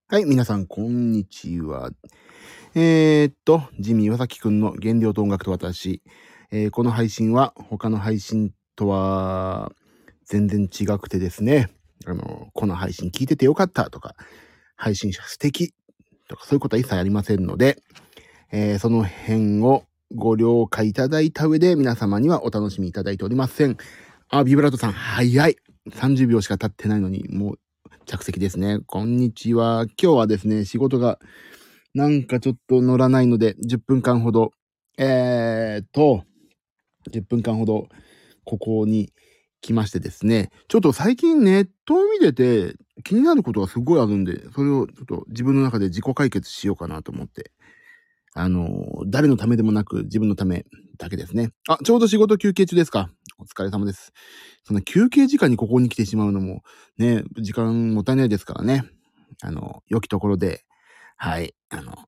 はい、皆さん、こんにちは。ジミー岩崎くんの原料と音楽と私。この配信は他の配信とは全然違くてですね、この配信聞いててよかったとか、配信者素敵とかそういうことは一切ありませんので、その辺をご了解いただいた上で皆様にはお楽しみいただいておりません。ビブラートさん、早い。30秒しか経ってないのに、もう着席ですね。こんにちは。今日はですね、仕事がなんかちょっと乗らないので、10分間ほど、10分間ほどここに来ましてですね、ちょっと最近ネットを見てて気になることがすごいあるんで、それをちょっと自分の中で自己解決しようかなと思って。誰のためでもなく自分のためだけですね。ちょうど仕事休憩中ですか。お疲れ様です。その休憩時間にここに来てしまうのもね、時間もったいないですからね。良きところで、はい、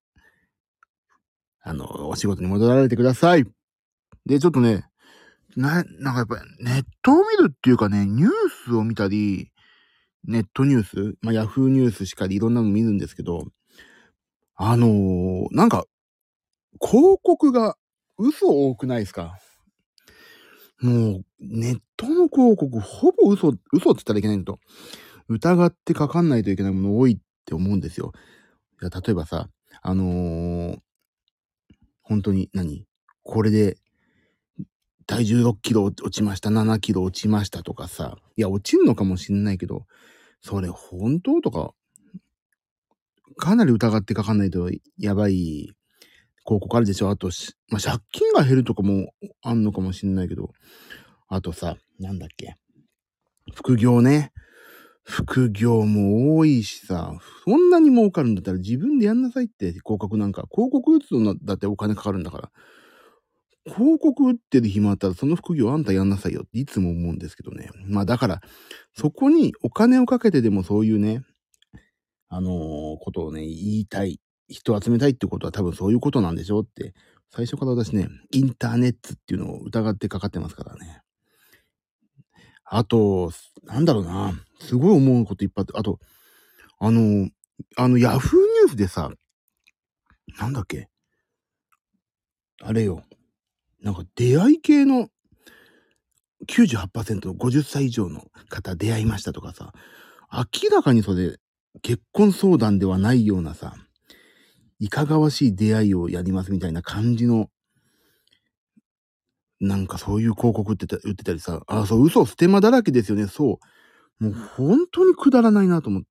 お仕事に戻られてください。で、ちょっとね、なんかやっぱネットを見るっていうかね、ニュースを見たり、ネットニュース、ヤフーニュースしかりいろんなの見るんですけど、なんか広告が嘘多くないですか？もう、ネットの広告、ほぼ嘘って言ったらいけないのと、疑ってかかんないといけないもの多いって思うんですよ。いや、例えばさ、あのー、本当にこれで体重6キロ落ちました、7キロ落ちましたとかさ、いや、落ちんのかもしんないけど、それ本当とか、かなり疑ってかかんないとやばい広告あるでしょ。あと借金が減るとかもあんのかもしんないけど、あとさ、なんだっけ、副業ね。副業も多いしさ、そんなに儲かるんだったら自分でやんなさいって、広告なんか。広告打つのだってお金かかるんだから。広告打ってる暇あったらその副業あんたやんなさいよっていつも思うんですけどね。だから、そこにお金をかけてでもそういうね、ことをね、言いたい。人を集めたいってことは多分そういうことなんでしょうって、最初から私ね、インターネットっていうのを疑ってかかってますからね。あと、なんだろうな、すごい思うこといっぱいあって、あと、あの、ヤフーニュースでさ、なんだっけ、あれよ、なんか出会い系の98%の50歳以上の方出会いましたとかさ、明らかにそれ、結婚相談ではないようなさ、いかがわしい出会いをやりますみたいな感じの、なんかそういう広告売ってたりさ、そう、嘘ステマだらけですよね、そう。もう本当にくだらないなと思って。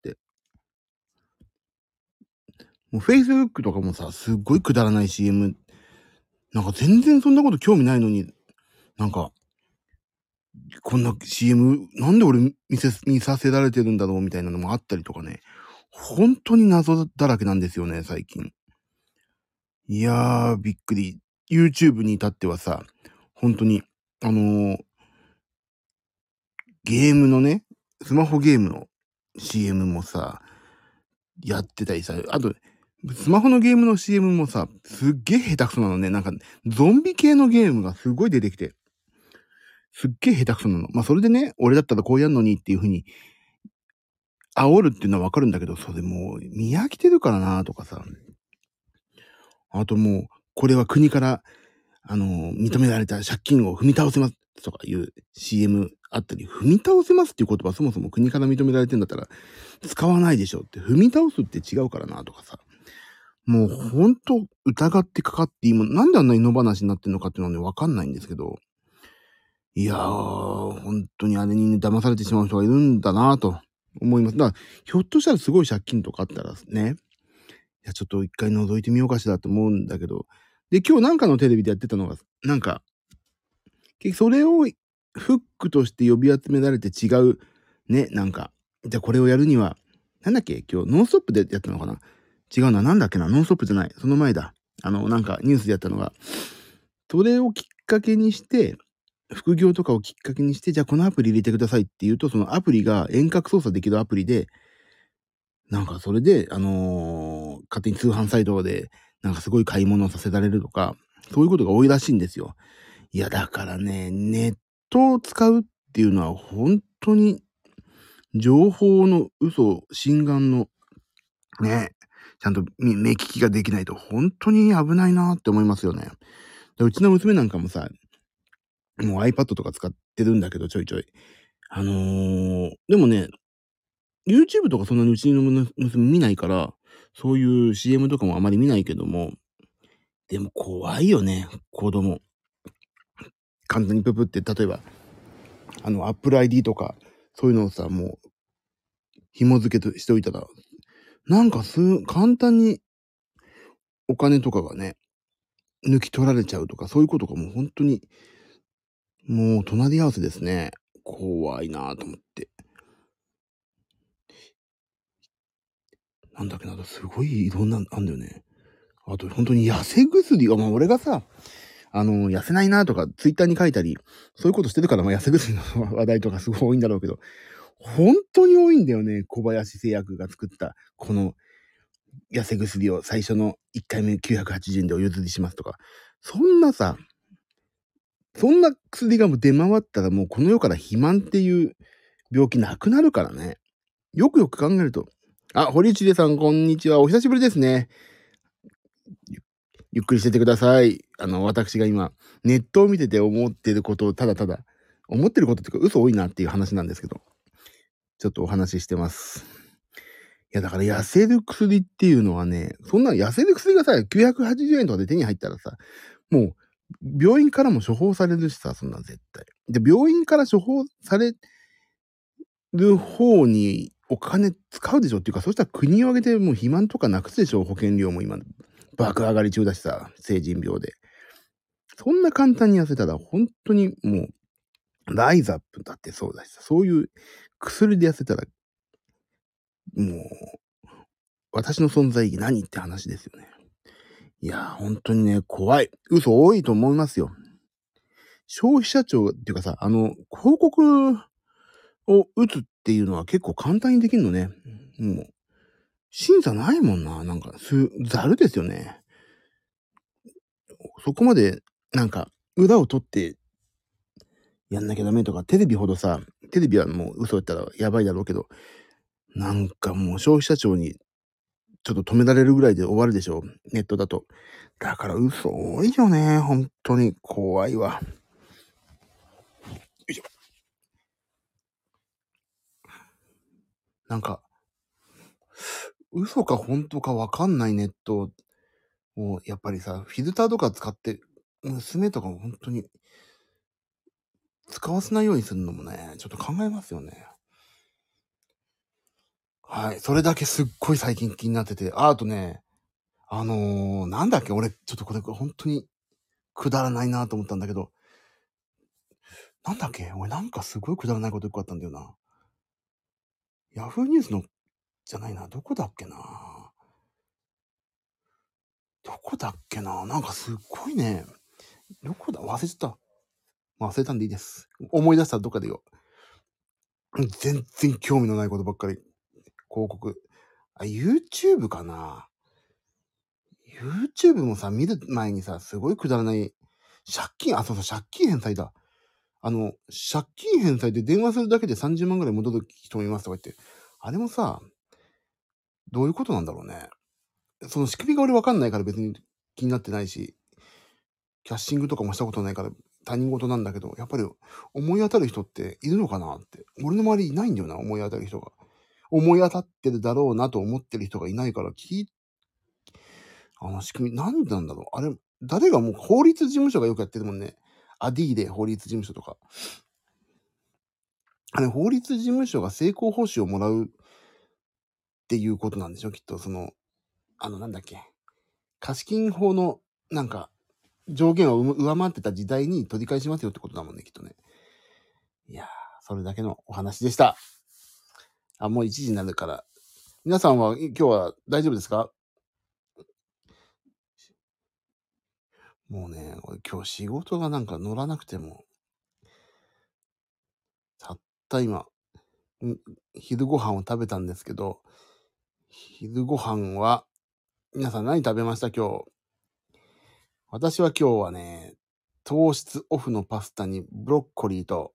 もう Facebook とかもさ、すっごいくだらない CM、なんか全然そんなこと興味ないのに、なんか、こんな CM、なんで俺見させられてるんだろうみたいなのもあったりとかね。本当に謎だらけなんですよね、最近。いやー、びっくり。YouTube に至ってはさ、本当に、あのーゲームのね、スマホゲームの CM もさ、やってたりさ、あと、スマホのゲームの CM もさ、すっげえ下手くそなのね。なんか、ゾンビ系のゲームがすごい出てきて、すっげえ下手くそなの。それでね、俺だったらこうやんのにっていう風に煽るっていうのはわかるんだけど、それもう見飽きてるからなとかさ。あともう、これは国から、認められた借金を踏み倒せますとかいう CM あったり、踏み倒せますっていう言葉そもそも国から認められてんだったら使わないでしょって、踏み倒すって違うからなとかさ。もうほんと疑ってかかっていいもん、なんであんなに野放しになってんのかっていうのはね、わかんないんですけど。いやー、本当にあれにね、騙されてしまう人がいるんだなと思います。だから、ひょっとしたらすごい借金とかあったらね、いや、ちょっと一回覗いてみようかしらと思うんだけど、で、今日なんかのテレビでやってたのが、なんか、それをフックとして呼び集められて違う、ね、なんか、じゃあこれをやるには、なんだっけ今日ノンストップでやったのかな。違うな、なんだっけな、ノンストップじゃない。その前だ。なんかニュースでやったのが、それをきっかけにして、副業とかをきっかけにして、じゃあこのアプリ入れてくださいって言うと、そのアプリが遠隔操作できるアプリで、なんかそれで、勝手に通販サイトで、なんかすごい買い物をさせられるとか、そういうことが多いらしいんですよ。いや、だからね、ネットを使うっていうのは本当に情報の嘘、真贋のね、ちゃんと目利きができないと本当に危ないなって思いますよね。で、うちの娘なんかもさ、もう iPad とか使ってるんだけど、ちょいちょい。でもね、YouTube とかそんなにうちの娘見ないから、そういう CM とかもあまり見ないけども、でも怖いよね、子供。簡単にププって、例えば、Apple ID とか、そういうのをさ、もう、紐付けとしておいたら、なんか簡単にお金とかがね、抜き取られちゃうとか、そういうことがもう本当に、もう隣り合わせですね。怖いなぁと思って。なんだっけな、あとすごいいろんなあんだよね。あと本当に痩せ薬が、俺がさ、痩せないなとか、ツイッターに書いたり、そういうことしてるから、痩せ薬の話題とかすごい多いんだろうけど、本当に多いんだよね。小林製薬が作った、この痩せ薬を最初の1回目980円でお譲りしますとか。そんなさ、そんな薬がもう出回ったらもうこの世から肥満っていう病気なくなるからね。よくよく考えると。あ、堀内さん、こんにちは。お久しぶりですね。ゆっくりしててください。私が今、ネットを見てて思ってることをただただ、思ってることっていうか嘘多いなっていう話なんですけど、ちょっとお話ししてます。いや、だから痩せる薬っていうのはね、そんな痩せる薬がさ、980円とかで手に入ったらさ、もう、病院からも処方されるしさ、そんなん絶対。で、病院から処方される方にお金使うでしょっていうか、そしたら国を挙げてもう肥満とかなくすでしょ、保険料も今、爆上がり中だしさ、成人病で。そんな簡単に痩せたら、本当にもう、ライザップだってそうだしさ、そういう薬で痩せたら、もう、私の存在意義何って話ですよね。いやー、本当にね、怖い。嘘多いと思いますよ。消費者庁っていうかさ、広告を打つっていうのは結構簡単にできるのね。もう、審査ないもんな。なんか、ざるですよね。そこまで、なんか、裏を取ってやんなきゃダメとか、テレビほどさ、テレビはもう嘘言ったらやばいだろうけど、なんかもう消費者庁にちょっと止められるぐらいで終わるでしょ。ネットだと。だから嘘多いよね。本当に怖いわ。よいしょ。なんか、嘘か本当かわかんないネットを、やっぱりさ、フィルターとか使って、娘とかも本当に使わせないようにするのもね、ちょっと考えますよね。はい。それだけすっごい最近気になってて、あとね、なんだっけ、俺、ちょっとこれ本当にくだらないなと思ったんだけど、なんだっけ、俺なんかすごいくだらないことよくあったんだよな。ヤフーニュースの、じゃないな、どこだっけな。どこだっけな。なんかすっごいね、どこだ、忘れちゃった。忘れたんでいいです。思い出したらどっかでよ。全然興味のないことばっかり。広告。YouTube かな。YouTube もさ、見る前にさ、すごいくだらない、そうそう、借金返済だ。借金返済で電話するだけで30万ぐらい戻る人もいますとか言って。あれもさ、どういうことなんだろうね。その仕組みが俺わかんないから別に気になってないし、キャッシングとかもしたことないから他人事なんだけど、やっぱり思い当たる人っているのかなって。俺の周りいないんだよな、思い当たる人が。思い当たってるだろうなと思ってる人がいないから、仕組み、何なんだろう。あれ、誰がもう法律事務所がよくやってるもんね。アディーで法律事務所とか。あれ、法律事務所が成功報酬をもらうっていうことなんでしょきっと、なんだっけ。貸金法の、なんか、上限を上回ってた時代に取り返しますよってことだもんね、きっとね。いやー、それだけのお話でした。もう1時になるから。皆さんは今日は大丈夫ですか？もうね、俺今日仕事がなんか乗らなくても、たった今、昼ご飯を食べたんですけど、昼ご飯は、皆さん何食べました今日？私は今日はね、糖質オフのパスタにブロッコリーと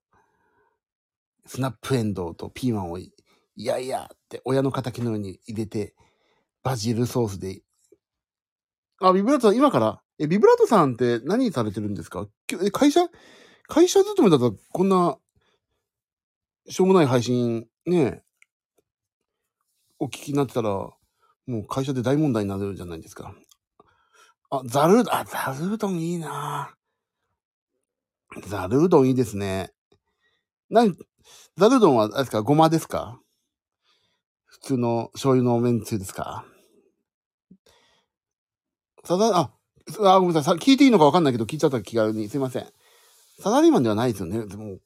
スナップエンドウとピーマンをいやいやって親の仇のように入れてバジルソースで。あ、ビブラートさん、今から、ビブラートさんって何されてるんですか？会社勤めだったらこんな、しょうもない配信、ね、お聞きになってたら、もう会社で大問題になるじゃないですか。ザルうどんいいなザルうどんいいですね。ザルうどんは、あれですか、ごまですか？普通の醤油のめんつゆですか？サザ、あ、ごめんなさい。聞いていいのかわかんないけど、聞いちゃった気軽に。すいません。サラリーマンではないですよね。でも、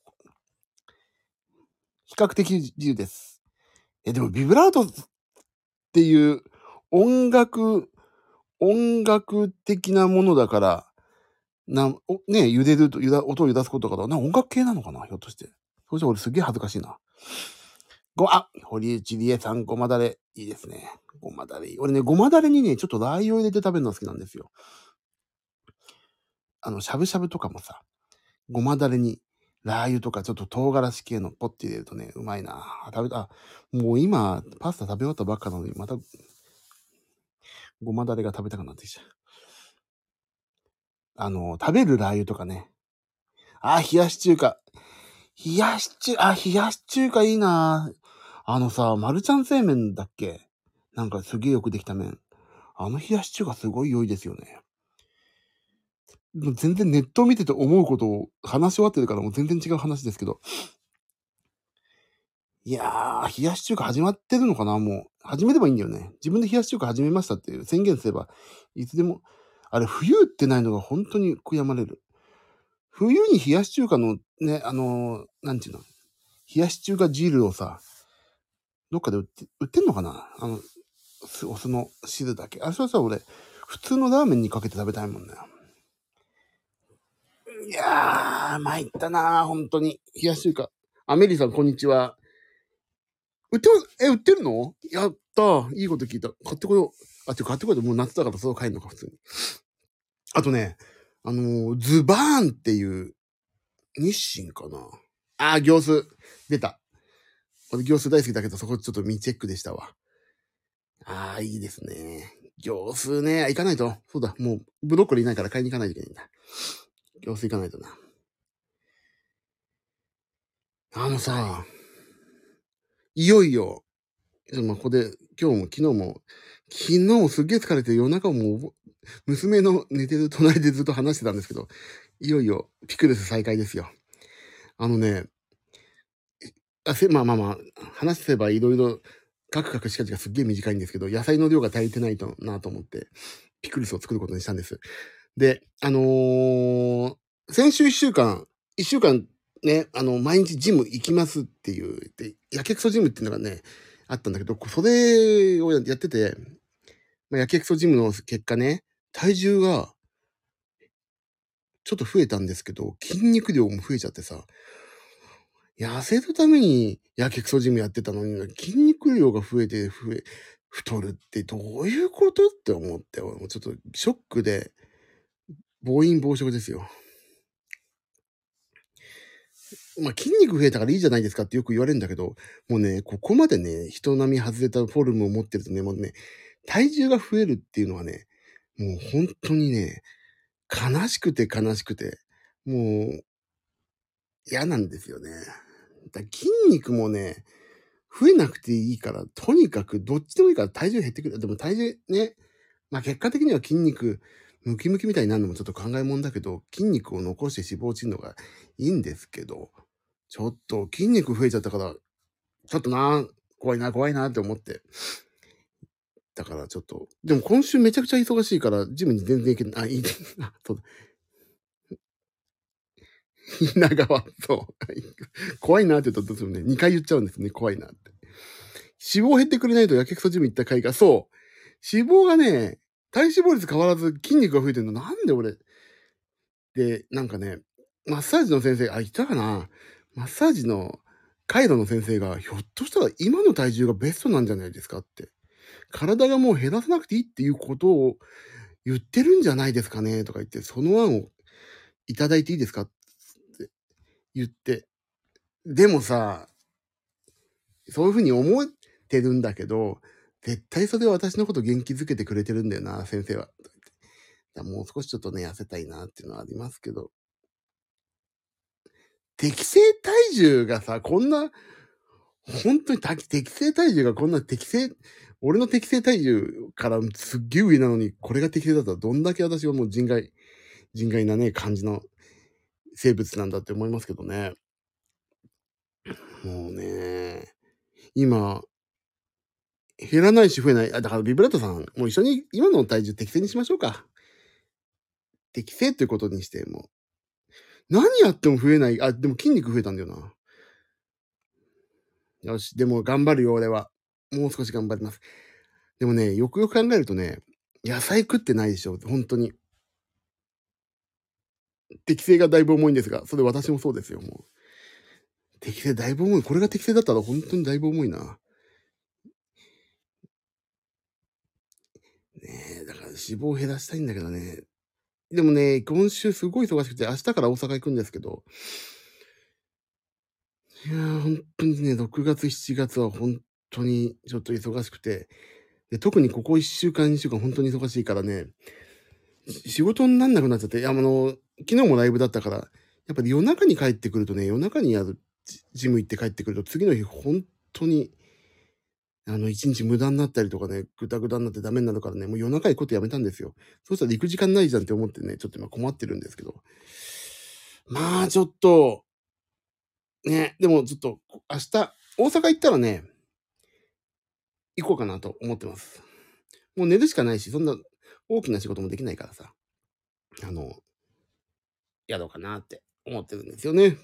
比較的自由です。でも、ビブラートっていう音楽、音楽的なものだから、ね、茹でると、音を揺らすことから、音楽系なのかなひょっとして。そしたら俺すげえ恥ずかしいな。堀内理恵さん、ごまだれ。いいですね。ごまだれいい。俺ね、ごまだれにね、ちょっとラー油を入れて食べるの好きなんですよ。しゃぶしゃぶとかもさ、ごまだれに、ラー油とかちょっと唐辛子系のポッて入れるとね、うまいな。もう今、パスタ食べ終わったばっかなのに、また、ごまだれが食べたくなってきちゃう。食べるラー油とかね。冷やし中華。冷やし中華いいな。マルちゃん製麺だっけ？なんかすげえよくできた麺。冷やし中華すごい良いですよね。全然ネットを見てて思うことを話し終わってるからもう全然違う話ですけど。いやー、冷やし中華始まってるのかな？もう。始めればいいんだよね。自分で冷やし中華始めましたっていう宣言すれば、いつでも、あれ、冬ってないのが本当に悔やまれる。冬に冷やし中華のね、なんていうの、冷やし中華汁をさ、どっかで売ってんのかな？お酢の汁だけ。あれはさ、俺、普通のラーメンにかけて食べたいもんね。いやー、参ったなー、本当に。冷やし中華。アメリさん、こんにちは。売ってるの？やったー。いいこと聞いた。買ってこよう。買ってこようともう夏だからそう買えるのか、普通に。あとね、ズバーンっていう、日清かな。業スー。出た。俺、業スー大好きだけど、そこちょっと未チェックでしたわ。いいですね。業スーね、行かないと。そうだ、もう、ブロッコリーないから買いに行かないといけないんだ。業スー行かないとな。いよいよ、ここで、今日も昨日すっげえ疲れて夜中も娘の寝てる隣でずっと話してたんですけど、いよいよピクルス再開ですよ。あのね、まあ、話せばいろいろ、カクカクしかじがすっげえ短いんですけど、野菜の量が足りてないなと思って、ピクルスを作ることにしたんです。で、先週一週間ね、毎日ジム行きますっていう、で、やけくそジムっていうのがね、あったんだけど、それをやってて、やけくそジムの結果ね、体重がちょっと増えたんですけど、筋肉量も増えちゃってさ、痩せるためにやけくそジムやってたのに、筋肉量が太るってどういうことって思って、もうちょっとショックで、暴飲暴食ですよ。筋肉増えたからいいじゃないですかってよく言われるんだけど、もうね、ここまでね、人並み外れたフォルムを持ってるとね、もうね、体重が増えるっていうのはね、もう本当にね、悲しくて、もう嫌なんですよね。筋肉もね、増えなくていいから、とにかくどっちでもいいから体重減ってくる。でも体重ね、結果的には筋肉、ムキムキみたいになるのもちょっと考えもんだけど、筋肉を残して脂肪落ちるのがいいんですけど、ちょっと筋肉増えちゃったから、ちょっと怖いなって思って。だからちょっと、でも今週めちゃくちゃ忙しいから、ジムに全然行けない。そうだ。稲川、そう。怖いなって言うとどうするね。2回言っちゃうんですね。怖いなって。脂肪減ってくれないとやけくそジム行った回が、そう。脂肪がね、体脂肪率変わらず筋肉が増えてるの。なんで俺。で、なんかね、マッサージの先生、言ったかな？マッサージのカイロの先生が、ひょっとしたら今の体重がベストなんじゃないですかって。体がもう減らさなくていいっていうことを言ってるんじゃないですかねとか言って、その案をいただいていいですかって言って。でもさ、そういうふうに思ってるんだけど、 絶対それは私のこと元気づけてくれてるんだよな、先生は。もう少しちょっとね、痩せたいなっていうのはありますけど。適正体重がさ、こんな、本当に適正体重がこんな俺の適正体重からすっげえ上なのに、これが適正だったらどんだけ私はもう人外なね、感じの生物なんだって思いますけどね。もうね、今、減らないし増えない。だからビブラートさん、もう一緒に今の体重適正にしましょうか。適正っていうことにして、もう。何やっても増えない。でも筋肉増えたんだよな。よし、でも頑張るよ、俺は。もう少し頑張ります。でもね、よくよく考えるとね、野菜食ってないでしょ、本当に。適正がだいぶ重いんですが、それ私もそうですよ、もう。適正だいぶ重い。これが適正だったら本当にだいぶ重いな。ねえ、だから脂肪を減らしたいんだけどね。でもね、今週すごい忙しくて、明日から大阪行くんですけど、いやー、本当にね、6月、7月は本当にちょっと忙しくて、で、特にここ1週間、2週間本当に忙しいからね、仕事になんなくなっちゃって、昨日もライブだったから、やっぱり夜中に帰ってくるとね、夜中にジム行って帰ってくると、次の日本当に、一日無駄になったりとかね、ぐだぐだになってダメになるからね、もう夜中行くことやめたんですよ。そうしたら行く時間ないじゃんって思ってね、ちょっと今困ってるんですけど。まあ、ちょっと、ね、でもちょっと、明日、大阪行ったらね、行こうかなと思ってます。もう寝るしかないし、そんな大きな仕事もできないからさ、あの、やろうかなって思ってるんですよね。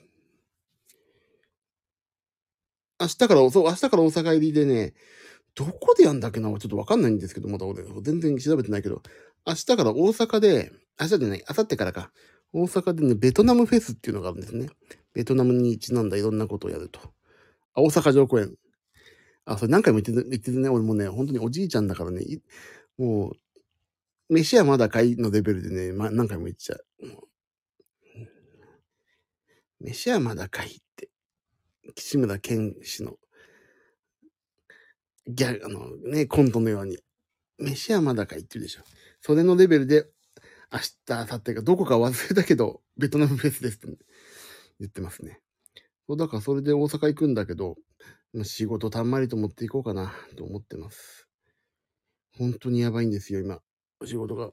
明日から大阪入りでね、どこでやんだっけなちょっとわかんないんですけど、まだ俺、全然調べてないけど、明日から大阪で、明日じゃない、明後日からか、大阪でね、ベトナムフェスっていうのがあるんですね。ベトナムにちなんだいろんなことをやると。大阪城公園。それ何回も言ってるね。俺もね、本当におじいちゃんだからね、もう、飯はまだかいのレベルでね、何回も言っちゃう。飯はまだかいって。岸村健氏のコントのように。飯はまだかいって言うでしょ。それのレベルで、明日、明後日がどこか忘れたけど、ベトナムフェスですって言ってますね。だからそれで大阪行くんだけど、仕事たんまりと持っていこうかなと思ってます。本当にやばいんですよ、今。お仕事が。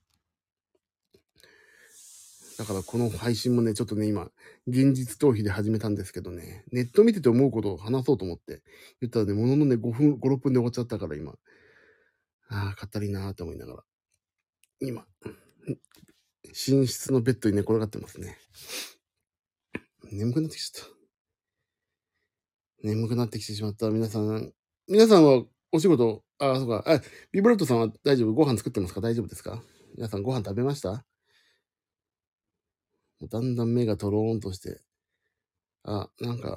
だからこの配信もね、ちょっとね、今、現実逃避で始めたんですけどね、ネット見てて思うことを話そうと思って言ったらね、もののね、5分、5、6分で終わっちゃったから今、かったりなーって思いながら、今、寝室のベッドに寝転がってますね。眠くなってきちゃった。眠くなってきてしまった。皆さんはお仕事、そうか、ビブラットさんは大丈夫？ご飯作ってますか？大丈夫ですか？皆さんご飯食べました？だんだん目がトローンとして、なんか、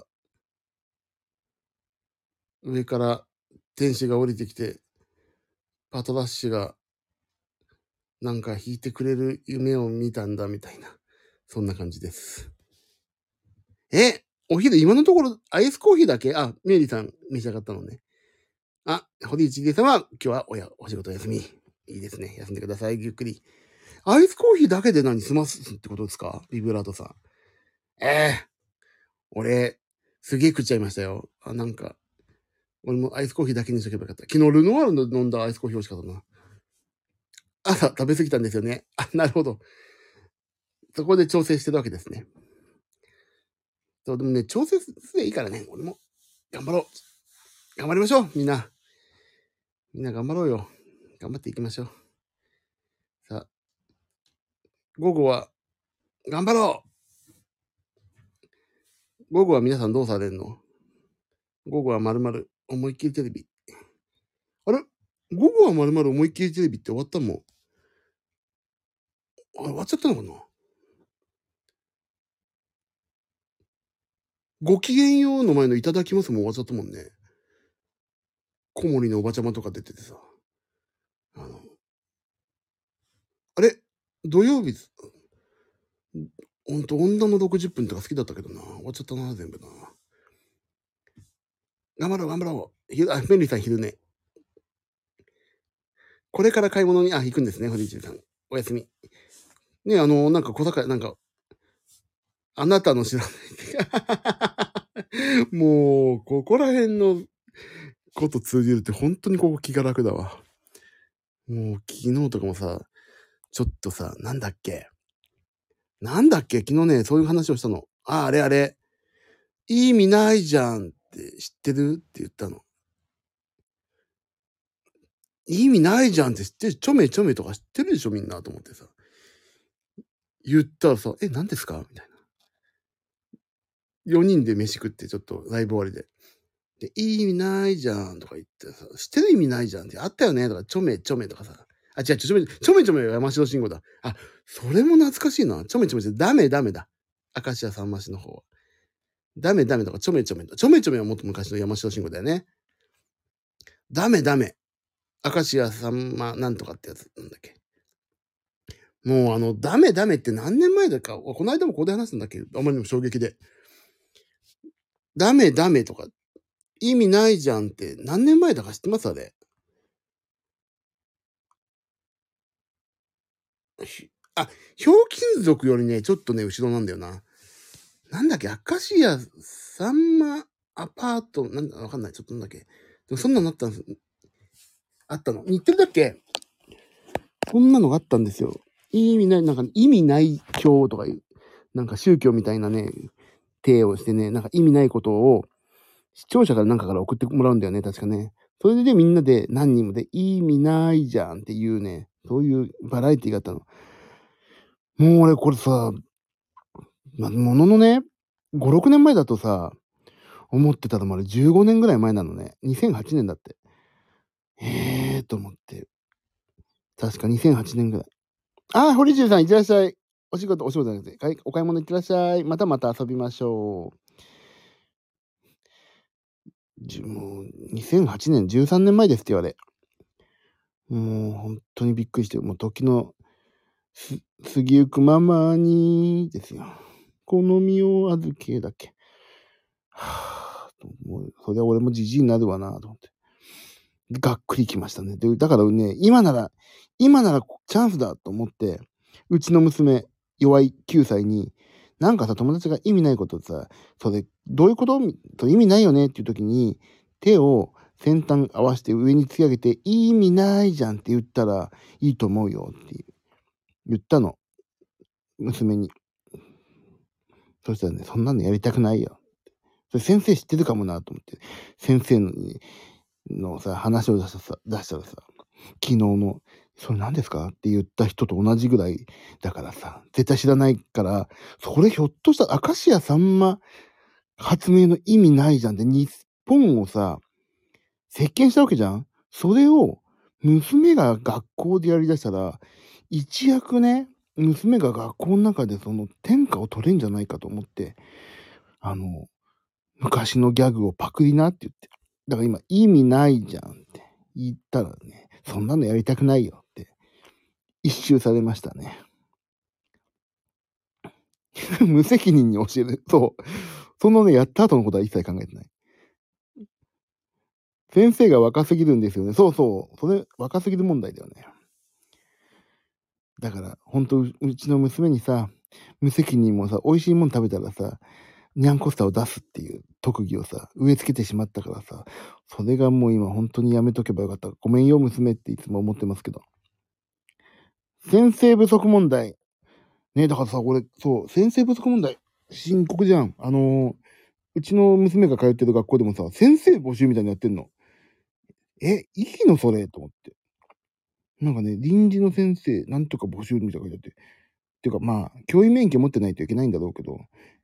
上から天使が降りてきて、パトラッシュがなんか弾いてくれる夢を見たんだみたいな。そんな感じです。お昼今のところアイスコーヒーだけメイリーさん召し上がったのね。堀内理恵さんは今日はお仕事休み。いいですね。休んでください。ゆっくり。アイスコーヒーだけで済ますってことですか？ビブラートさん。俺、すげえ食っちゃいましたよ。なんか、俺もアイスコーヒーだけにしとけばよかった。昨日ルノワールの飲んだアイスコーヒー美味しかったな。朝食べ過ぎたんですよね。なるほど。そこで調整してるわけですね。でもね、調整すればいいからね、俺も。頑張ろう。頑張りましょう、みんな。みんな頑張ろうよ。頑張っていきましょう。さあ、午後は、頑張ろう。午後は皆さんどうされるの？午後はまるまる思いっきりテレビ。あれ午後はまるまる思いっきりテレビって終わったもん。終わっちゃったのかな？ごきげんようの前のいただきますも終わっちゃったもんね。小森のおばちゃまとか出ててさ。あの、あれ土曜日、女の60分とか好きだったけどな。終わっちゃったな、全部な。頑張ろう、頑張ろう。メンリーさん昼寝。 これから買い物に、行くんですね、堀内さん。おやすみ。ね、なんか小高い、なんか、あなたの知らない。もう、ここら辺のこと通じるって本当にここ気が楽だわ。もう、昨日とかもさ、ちょっとさ、なんだっけ昨日ね、そういう話をしたの。あれ。いい意味ないじゃんって知ってるって言ったの。いい意味ないじゃんって知ってる、ちょめちょめとか知ってるでしょみんなと思ってさ。言ったらさ、何ですかみたいな。4人で飯食ってちょっとライブ終わりで。で、いい意味ないじゃんとか言ってさ、知ってる意味ないじゃんってあったよねとか、ちょめちょめとかさ。違う、ちょめちょめは山城信号だ。それも懐かしいな。ちょめちょめってダメだ。明石家さんましの方は。ダメとか、ちょめちょめはもっと昔の山城信号だよね。ダメ。明石家さんまなんとかってやつなんだっけ。もうダメって何年前だか、この間もここで話したんだっけど、あまりにも衝撃で。ダメとか、意味ないじゃんって何年前だか知ってますあれ。ひょうきん族よりね、ちょっとね、後ろなんだよな。なんだっけ、明石家さんまアパート、なんだ、わかんない。ちょっとなんだっけ。でもそんなのあったんです。あったの。日テレだっけ。そんなのがあったんですよ。意味ない、なんか意味ない教とかいう、なんか宗教みたいなね、体をしてね、なんか意味ないことを視聴者からなんかから送ってもらうんだよね、確かね。それでみんなで何人もで意味ないじゃんっていうね、そういうバラエティがあったの。もう俺これさ、もののね、5、6年前だとさ、思ってたのもあれ15年ぐらい前なのね。2008年だって。と思って。確か2008年ぐらい。堀中さん、いってらっしゃい。お仕事じゃなくて、お買い物いってらっしゃい。また遊びましょう。もう、2008年、13年前ですって言われ。もう、本当にびっくりして、もう時の、過ぎゆくままに、ですよ。好みを預けだっけ。もう、それは俺もじじいになるわなと思って。がっくりきましたね。で、だからね、今ならチャンスだと思って、うちの娘、弱い9歳に、なんかさ、友達が意味ないことさ、それ、どういうこと意味ないよねっていう時に、手を先端合わせて上に突き上げて、意味ないじゃんって言ったらいいと思うよって言ったの。娘に。そしたらね、そんなのやりたくないよ。それ先生知ってるかもなと思って、先生のさ、話を出したらさ、昨日の、それ何ですかって言った人と同じぐらいだからさ、絶対知らないから、それひょっとしたら明石家さんま発明の意味ないじゃんって、日本をさ、席巻したわけじゃん。それを娘が学校でやりだしたら、一躍ね、娘が学校の中でその天下を取れんじゃないかと思って、昔のギャグをパクリなって言って。だから今、意味ないじゃんって言ったらね、そんなのやりたくないよって一周されましたね。無責任に教える。そう。そのね、やった後のことは一切考えてない。先生が若すぎるんですよね。そう。それ、若すぎる問題だよね。だから、本当うちの娘にさ、無責任もさ、美味しいもん食べたらさ、ニャンコスターを出すっていう特技をさ、植え付けてしまったからさ、それがもう今本当にやめとけばよかった。ごめんよ、娘っていつも思ってますけど。先生不足問題。ね、だからさ、俺、そう、先生不足問題、深刻じゃん。うちの娘が通ってる学校でもさ、先生募集みたいにやってんの。いいのそれと思って。なんかね、臨時の先生、なんとか募集みたいな書いてあって。ていうか、教員免許持ってないといけないんだろうけど、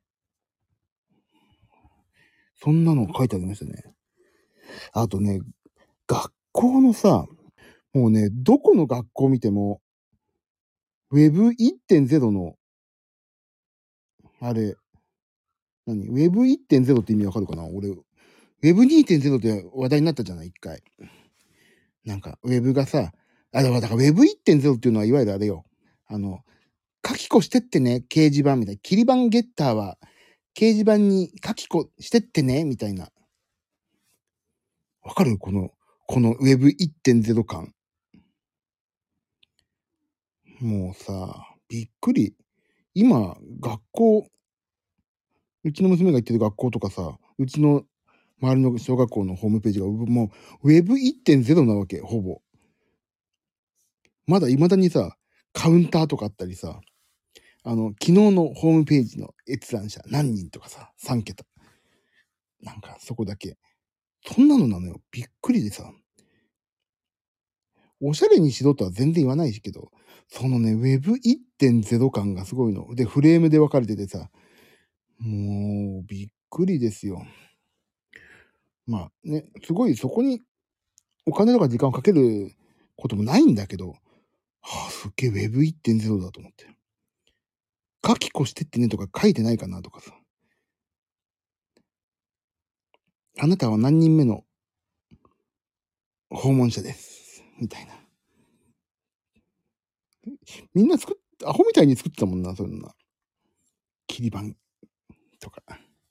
そんなの書いてありましたね。あとね、学校のさ、もうね、どこの学校見ても、Web1.0 の、あれ、Web1.0 って意味わかるかな俺、Web2.0 って話題になったじゃない一回。なんか、Web がさ、だから Web1.0 っていうのは、いわゆるあれよ。書き子してってね、掲示板みたいな。切り板ゲッターは、掲示板に書き子してってね、みたいな。わかるこの Web1.0 感。 もうさ、びっくり。今、学校、うちの娘が行ってる学校とかさ、うちの周りの小学校のホームページが、もう、Web1.0 なわけ、ほぼ。まだ未だにさ、カウンターとかあったりさ、昨日のホームページの閲覧者何人とかさ、3桁。なんか、そこだけ。そんなのなのよ。びっくりでさ。おしゃれにしろとは全然言わないけど、そのね、Web1.0 感がすごいの。で、フレームで分かれててさ、もう、びっくりですよ。まあね、すごいそこにお金とか時間をかけることもないんだけど、はあ、すっげえ Web1.0 だと思って。書き越してってねとか書いてないかなとかさ。あなたは何人目の訪問者です。みたいな。みんなアホみたいに作ってたもんな、そんな。切り板とか。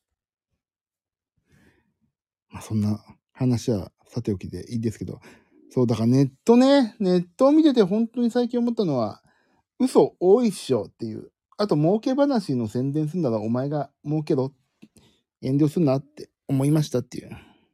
まあそんな話はさておきでいいですけど。そう、だからネットを見てて本当に最近思ったのは、嘘多いっしょっていう。あと儲け話の宣伝すんならお前が儲けろ。遠慮すんなって思いましたっていう。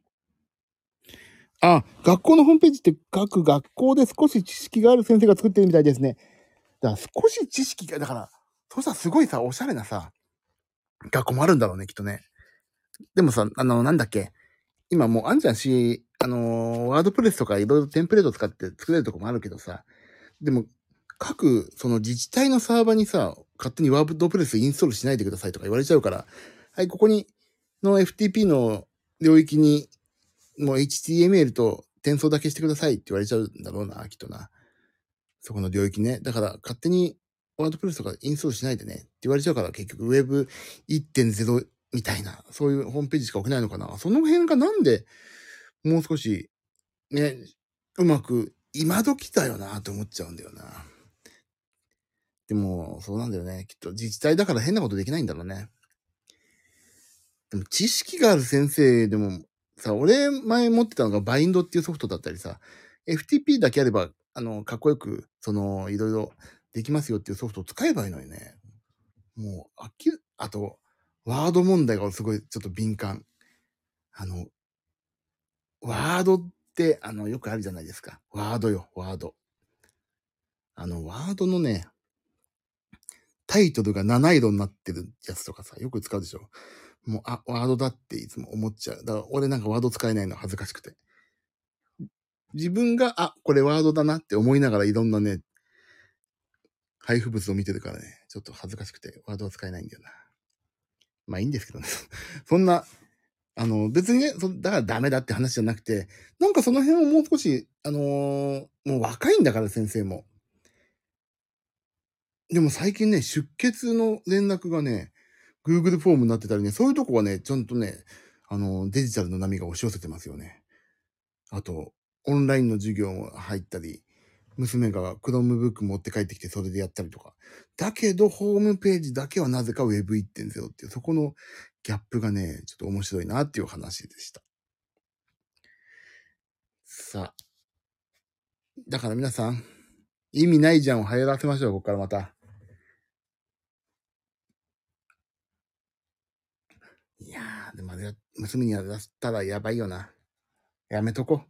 あ、学校のホームページって各学校で少し知識がある先生が作ってるみたいですね。だから少し知識が、だから、そうしたらすごいさ、おしゃれなさ、学校もあるんだろうね、きっとね。でもさ、なんだっけ。今もうあんじゃんし、ワードプレスとかいろいろテンプレート使って作れるとこもあるけどさ、でも、各、その自治体のサーバーにさ、勝手にワードプレスインストールしないでくださいとか言われちゃうから、はい、ここに、の FTP の領域に、もう HTML と転送だけしてくださいって言われちゃうんだろうな、きっとな。そこの領域ね。だから、勝手にワードプレスとかインストールしないでねって言われちゃうから、結局 Web1.0 みたいな、そういうホームページしか置けないのかな。その辺がなんで、もう少し、ね、うまく、今時だよなと思っちゃうんだよな。でも、そうなんだよね。きっと自治体だから変なことできないんだろうね。でも知識がある先生でも、さ、俺前持ってたのがバインドっていうソフトだったりさ、FTP だけあれば、かっこよく、いろいろできますよっていうソフトを使えばいいのにね。もう、あと、ワード問題がすごいちょっと敏感。ワードって、よくあるじゃないですか。ワードよ、ワード。ワードのね、タイトルが七色になってるやつとかさ、よく使うでしょ。もう、ワードだっていつも思っちゃう。だから俺なんかワード使えないの恥ずかしくて。自分が、これワードだなって思いながらいろんなね、配布物を見てるからね、ちょっと恥ずかしくてワードは使えないんだよな。まあいいんですけどね。そんな、別にね、だからダメだって話じゃなくて、なんかその辺をもう少し、もう若いんだから先生も。でも最近ね、出欠の連絡がね、Google フォームになってたりね、そういうとこはね、ちゃんとね、デジタルの波が押し寄せてますよね。あと、オンラインの授業も入ったり、娘が Chromebook 持って帰ってきてそれでやったりとか。だけど、ホームページだけはなぜか Web1.0 っていう、そこのギャップがね、ちょっと面白いなっていう話でした。さあ。だから皆さん、意味ないじゃんを流行らせましょう、ここからまた。いやー、でも娘にやらせたらやばいよな。やめとこ。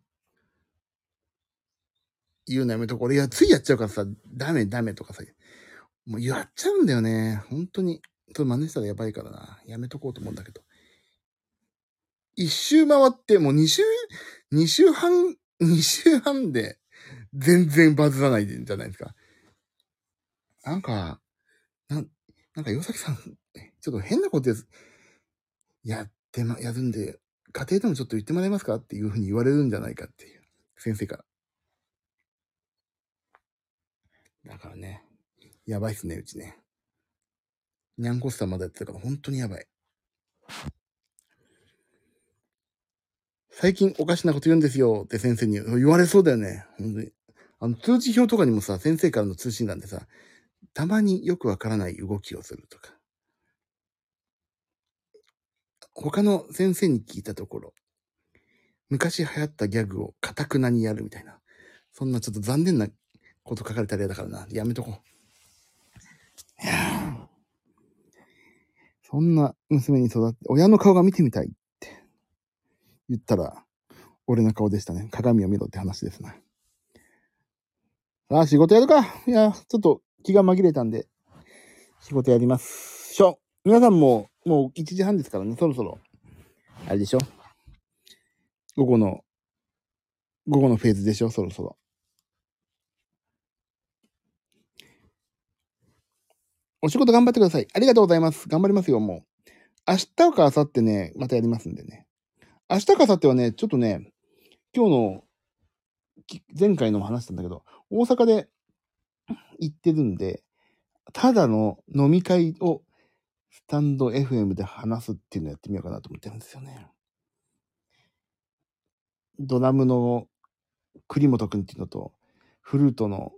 言うのやめとこ。俺、ついやっちゃうからさ、ダメとかさ、もうやっちゃうんだよね。本当に。それ真似したらやばいからな。やめとこうと思うんだけど。一周回って、もう二週半で、全然バズらないじゃないですか。なんか、なんか、岩崎さん、ちょっと変なことやるんで、家庭でもちょっと言ってもらえますかっていうふうに言われるんじゃないかっていう。先生から。だからね、やばいっすね、うちね。ニャンコスターまだやってたから本当にやばい。最近おかしなこと言うんですよって先生に言われそうだよね。本当に。通知表とかにもさ、先生からの通信欄でさ、たまによくわからない動きをするとか。他の先生に聞いたところ、昔流行ったギャグを堅くなにやるみたいな。そんなちょっと残念なこと書かれたら嫌だからな。やめとこう。 いやー、そんな娘に育って、親の顔が見てみたいって言ったら、俺の顔でしたね。鏡を見ろって話ですね。さあ、仕事やるか。いや、ちょっと気が紛れたんで、仕事やります。皆さんも、もう1時半ですからね、そろそろ、あれでしょ。午後のフェーズでしょ、そろそろ。お仕事頑張ってください。ありがとうございます。頑張りますよ、もう。明日か明後日ね、またやりますんでね。明日か明後日はね、ちょっとね、今日の、前回のも話したんだけど、大阪で行ってるんで、ただの飲み会をスタンド FM で話すっていうのをやってみようかなと思ってるんですよね。ドラムの栗本くんっていうのと、フルートの、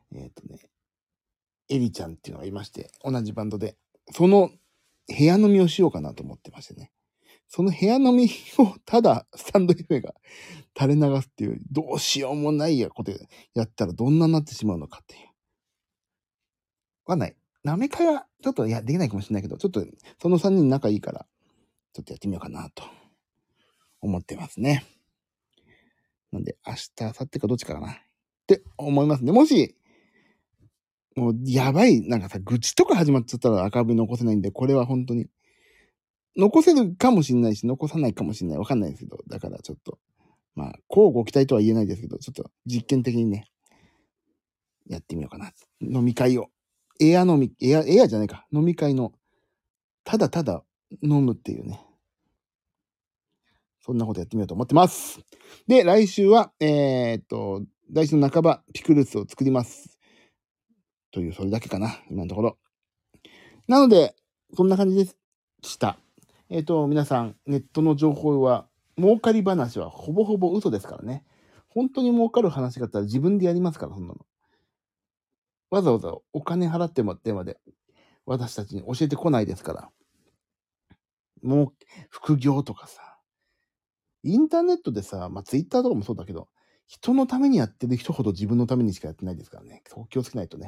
エリちゃんっていうのがいまして、同じバンドで、その部屋飲みをしようかなと思ってましてね。その部屋飲みをただスタンド FM が垂れ流すっていう、どうしようもないことやったらどんなになってしまうのかっていう。わかんない。なめ会はちょっとできないかもしれないけど、ちょっとその3人仲いいから、ちょっとやってみようかなと思ってますね。なんで、明日、明後日かどっちかなって思いますね。もし、もうやばい、なんかさ、愚痴とか始まっちゃったら赤文残せないんで、これは本当に、残せるかもしれないし、残さないかもしれない。わかんないですけど、だからちょっと、まあ、こうご期待とは言えないですけど、ちょっと実験的にね、やってみようかな。飲み会を。エアじゃないか。飲み会の、ただただ飲むっていうね。そんなことやってみようと思ってます。で、来週は、来週の半ば、ピクルスを作ります。という、それだけかな。今のところ。なので、そんな感じでした。皆さん、ネットの情報は、儲かり話はほぼほぼ嘘ですからね。本当に儲かる話があったら自分でやりますから、そんなの。わざわざお金払ってもらってまで、私たちに教えてこないですから。もう、副業とかさ。インターネットでさ、まあ、ツイッターとかもそうだけど、人のためにやってる人ほど自分のためにしかやってないですからね。そう気をつけないとね。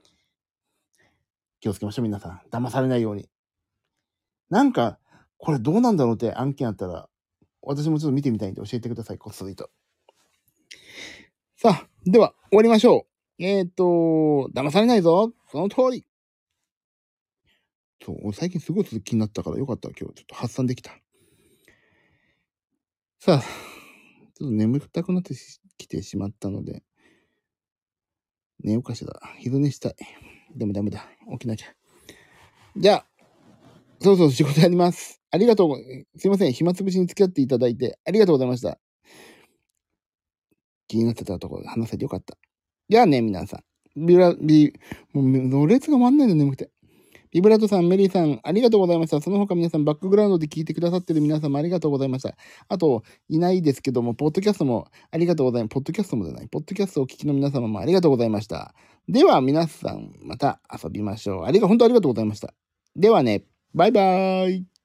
気をつけましょう、皆さん。騙されないように。なんか、これどうなんだろうって案件あったら、私もちょっと見てみたいんで教えてください、こっそりと。さあ、では、終わりましょう。騙されないぞ。その通り。そう、最近すごい気になったからよかった。今日ちょっと発散できた。さあ、ちょっと眠たくなってきてしまったので、寝ようかしら。昼寝したい。でもダメだ。起きなきゃ。じゃあ、そろそろ仕事やります。ありがとう。すいません。暇つぶしに付き合っていただいてありがとうございました。気になってたところで話せてよかった。じゃあね、皆さん。もう、ろれつが回んないの眠くて。ビブラートさん、メリーさん、ありがとうございました。その他皆さん、バックグラウンドで聞いてくださってる皆さんもありがとうございました。あと、いないですけども、ポッドキャストもありがとうございます。ポッドキャストもじゃない。ポッドキャストをお聞きの皆様もありがとうございました。では、皆さん、また遊びましょう。本当ありがとうございました。ではね、バイバーイ。